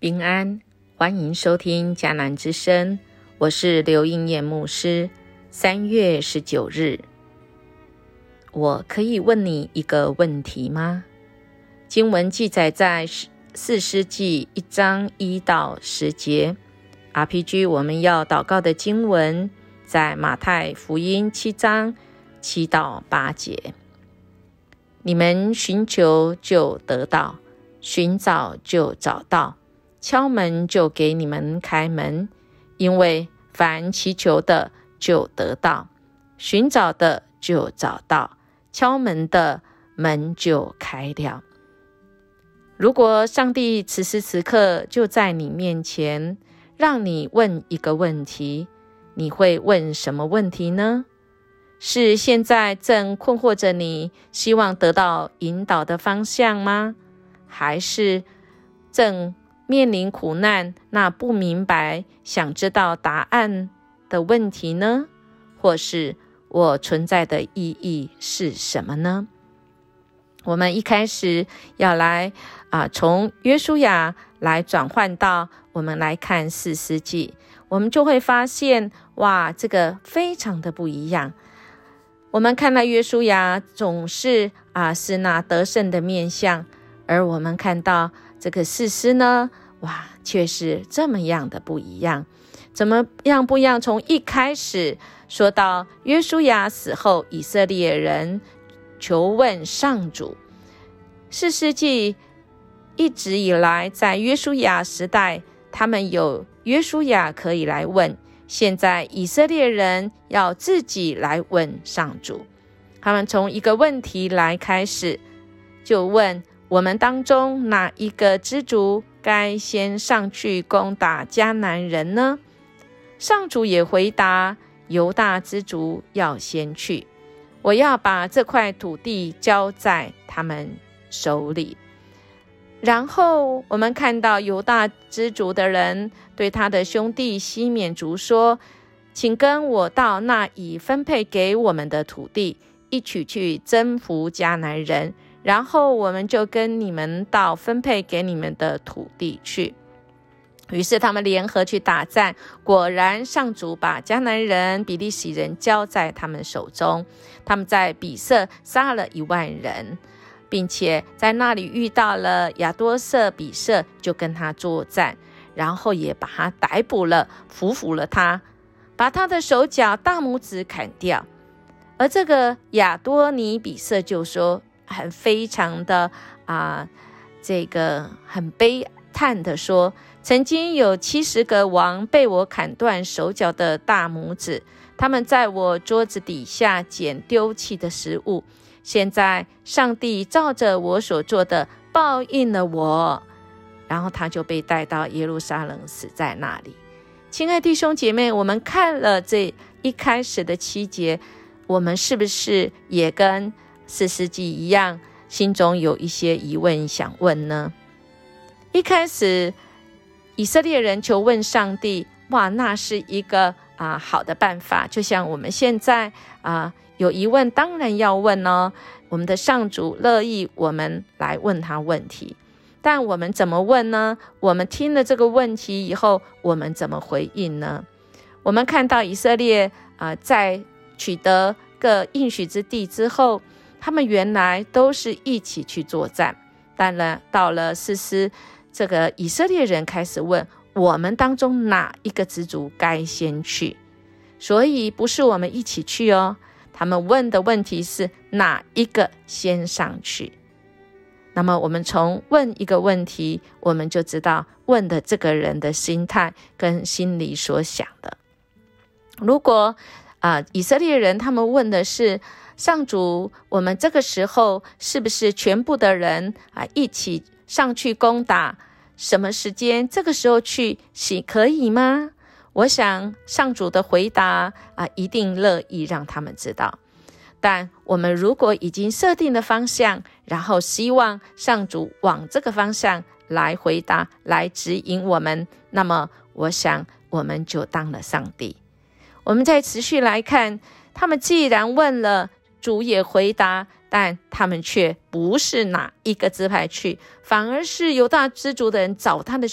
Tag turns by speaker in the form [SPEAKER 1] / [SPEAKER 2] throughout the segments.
[SPEAKER 1] 平安，欢迎收听迦南之声，我是刘应验牧师。3月19日，我可以问你一个问题吗？经文记载在4世纪1章1到10节。RPG 我们要祷告的经文在马太福音7章7到8节。你们寻求就得到，寻找就找到，敲门就给你们开门。因为凡祈求的就得到，寻找的就找到，敲门的门就开了。如果上帝此时此刻就在你面前，让你问一个问题，你会问什么问题呢？是现在正困惑着你，希望得到引导的方向吗？还是正面临苦难，那不明白想知道答案的问题呢？或是我存在的意义是什么呢？我们一开始要来从约书亚来转换到我们来看4世纪，我们就会发现这个非常的不一样。我们看到约书亚总是是那得胜的面向，而我们看到这个士师呢，却是这么样的不一样。怎么样不一样？从一开始说到约书亚死后，以色列人求问上主。4世纪一直以来，在约书亚时代，他们有约书亚可以来问，现在以色列人要自己来问上主。他们从一个问题来开始，就问我们当中哪一个支族该先上去攻打迦南人呢？上主也回答，犹大支族要先去，我要把这块土地交在他们手里。然后我们看到犹大支族的人对他的兄弟西缅族说，请跟我到那已分配给我们的土地，一起去征服迦南人，然后我们就跟你们到分配给你们的土地去。于是他们联合去打战，果然上主把迦南人、比利洗人交在他们手中。他们在比色杀了1万人，并且在那里遇到了亚多色比色，就跟他作战，然后也把他逮捕了，俘虏了他，把他的手脚大拇指砍掉。而这个亚多尼比色就说，非常的很悲叹的说，曾经有70个王被我砍断手脚的大拇指，他们在我桌子底下捡丢弃的食物，现在上帝照着我所做的报应了我。然后他就被带到耶路撒冷，死在那里。亲爱弟兄姐妹，我们看了这一开始的7节，我们是不是也跟4世纪一样，心中有一些疑问想问呢？一开始以色列人求问上帝，那是一个好的办法。就像我们现在有疑问，当然要问哦。我们的上主乐意我们来问他问题，但我们怎么问呢？我们听了这个问题以后，我们怎么回应呢？我们看到以色列在取得个应许之地之后，他们原来都是一起去作战，但到了士师，这个以色列人开始问，我们当中哪一个支族该先去？所以不是我们一起去哦，他们问的问题是哪一个先上去。那么我们从问一个问题，我们就知道问的这个人的心态跟心里所想的。如果以色列人他们问的是，上主，我们这个时候是不是全部的人一起上去攻打？什么时间？这个时候去可以吗？我想上主的回答一定乐意让他们知道。但我们如果已经设定了方向，然后希望上主往这个方向来回答，来指引我们，那么我想我们就当了上帝。我们再持续来看，他们既然问了，主也回答，但他们却不是哪一个支派去，反而是犹大支族的人找他的兄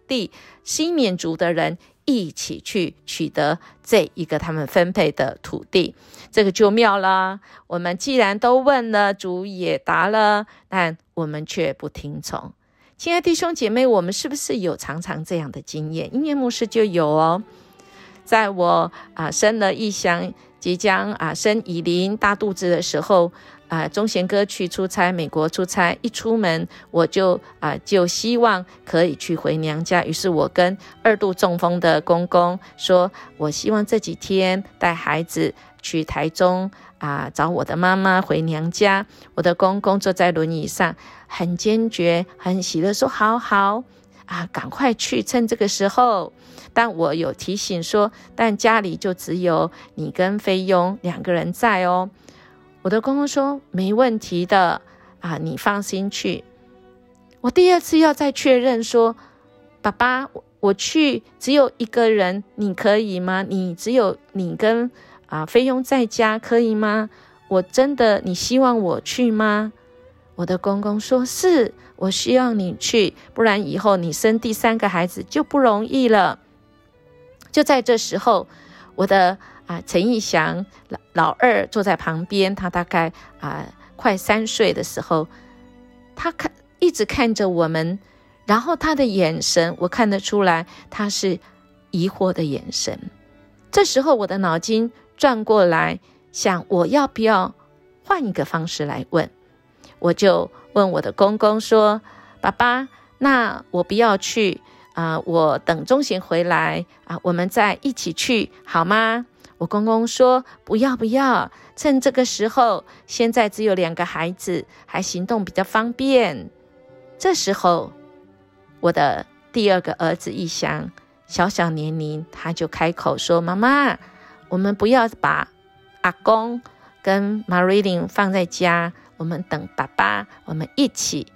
[SPEAKER 1] 地西缅族的人一起去取得这一个他们分配的土地。这个就妙了，我们既然都问了，主也答了，但我们却不听从。亲爱的弟兄姐妹，我们是不是有常常这样的经验？音乐牧师就有哦。在我生了异乡，即将生以琳大肚子的时候，钟贤哥去出差，美国出差，一出门我就希望可以去回娘家。于是我跟2度中风的公公说，我希望这几天带孩子去台中找我的妈妈回娘家。我的公公坐在轮椅上，很坚决很喜乐说好赶快去，趁这个时候。但我有提醒说，但家里就只有你跟菲佣2个人在哦。我的公公说没问题的你放心去。我第2次要再确认说，爸爸，我去只有1个人，你可以吗？只有你跟菲佣在家可以吗？你希望我去吗？我的公公说，是，我希望你去，不然以后你生第3个孩子就不容易了。就在这时候，我的陈义祥老2坐在旁边，他大概快3岁的时候，他一直看着我们，然后他的眼神我看得出来，他是疑惑的眼神。这时候我的脑筋转过来，想我要不要换一个方式来问。我就问我的公公说，爸爸，那我不要去我等钟贤回来我们再一起去好吗？我公公说，不要，趁这个时候，现在只有2个孩子，还行动比较方便。这时候我的第2个儿子义祥小年龄，他就开口说，妈妈，我们不要把阿公跟 Marilyn 放在家，我们等爸爸，我们一起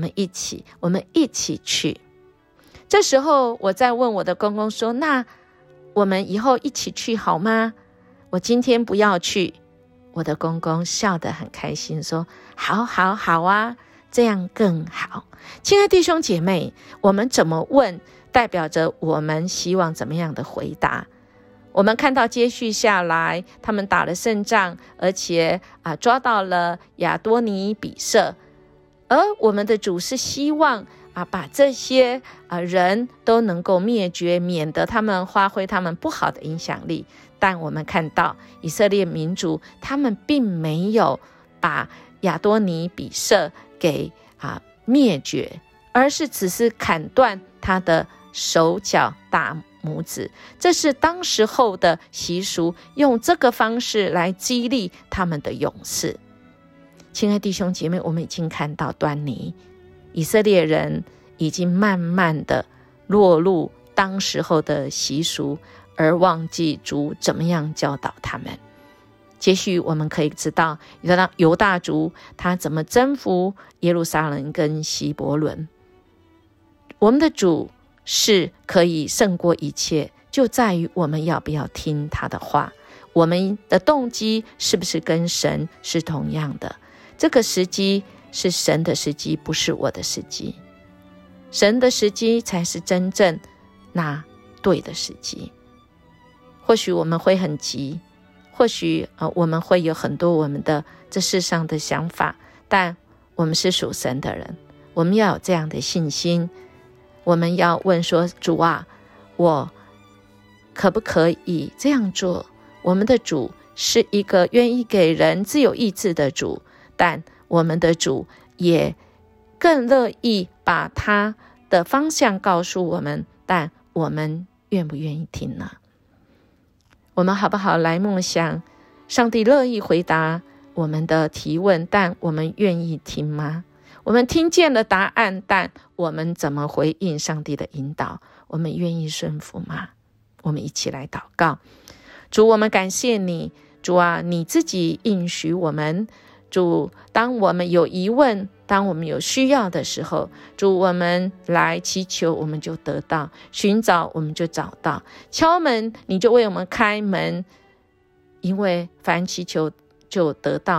[SPEAKER 1] 去。这时候我再问我的公公说，那我们以后一起去好吗？我今天不要去。我的公公笑得很开心说，好啊，这样更好。亲爱的弟兄姐妹，我们怎么问代表着我们希望怎么样的回答。我们看到接续下来，他们打了胜仗，而且抓到了亚多尼比色，而我们的主是希望把这些人都能够灭绝，免得他们发挥他们不好的影响力。但我们看到以色列民族，他们并没有把亚多尼比色给灭绝，而是只是砍断他的手脚大拇指。这是当时候的习俗，用这个方式来激励他们的勇士。亲爱弟兄姐妹，我们已经看到端倪，以色列人已经慢慢的落入当时候的习俗，而忘记主怎么样教导他们。接续我们可以知道犹大族他怎么征服耶路撒冷跟希伯伦。我们的主是可以胜过一切，就在于我们要不要听他的话，我们的动机是不是跟神是同样的。这个时机是神的时机，不是我的时机。神的时机才是真正那对的时机。或许我们会很急，或许我们会有很多我们的这世上的想法，但我们是属神的人，我们要有这样的信心。我们要问说，主啊，我可不可以这样做？我们的主是一个愿意给人自由意志的主，但我们的主也更乐意把他的方向告诉我们，但我们愿不愿意听呢？我们好不好来默想，上帝乐意回答我们的提问，但我们愿意听吗？我们听见了答案，但我们怎么回应上帝的引导？我们愿意顺服吗？我们一起来祷告。主，我们感谢你，主啊，你自己应许我们。主，当我们有疑问，当我们有需要的时候，主，我们来祈求，我们就得到；寻找，我们就找到；敲门，你就为我们开门。因为凡祈求就得到，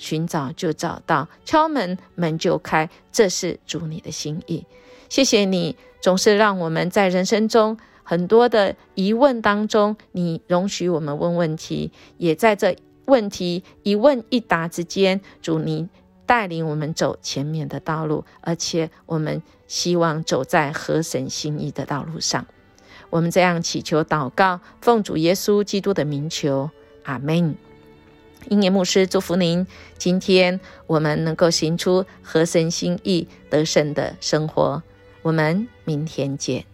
[SPEAKER 1] 寻找就找到，敲门门就开，这是主你的心意。谢谢你总是让我们在人生中很多的疑问当中，你容许我们问问题，也在这问题一问一答之间，主你带领我们走前面的道路，而且我们希望走在合神心意的道路上。我们这样祈求祷告，奉主耶稣基督的名求，阿们。英言牧师祝福您，今天我们能够行出合神心意得胜的生活。我们明天见。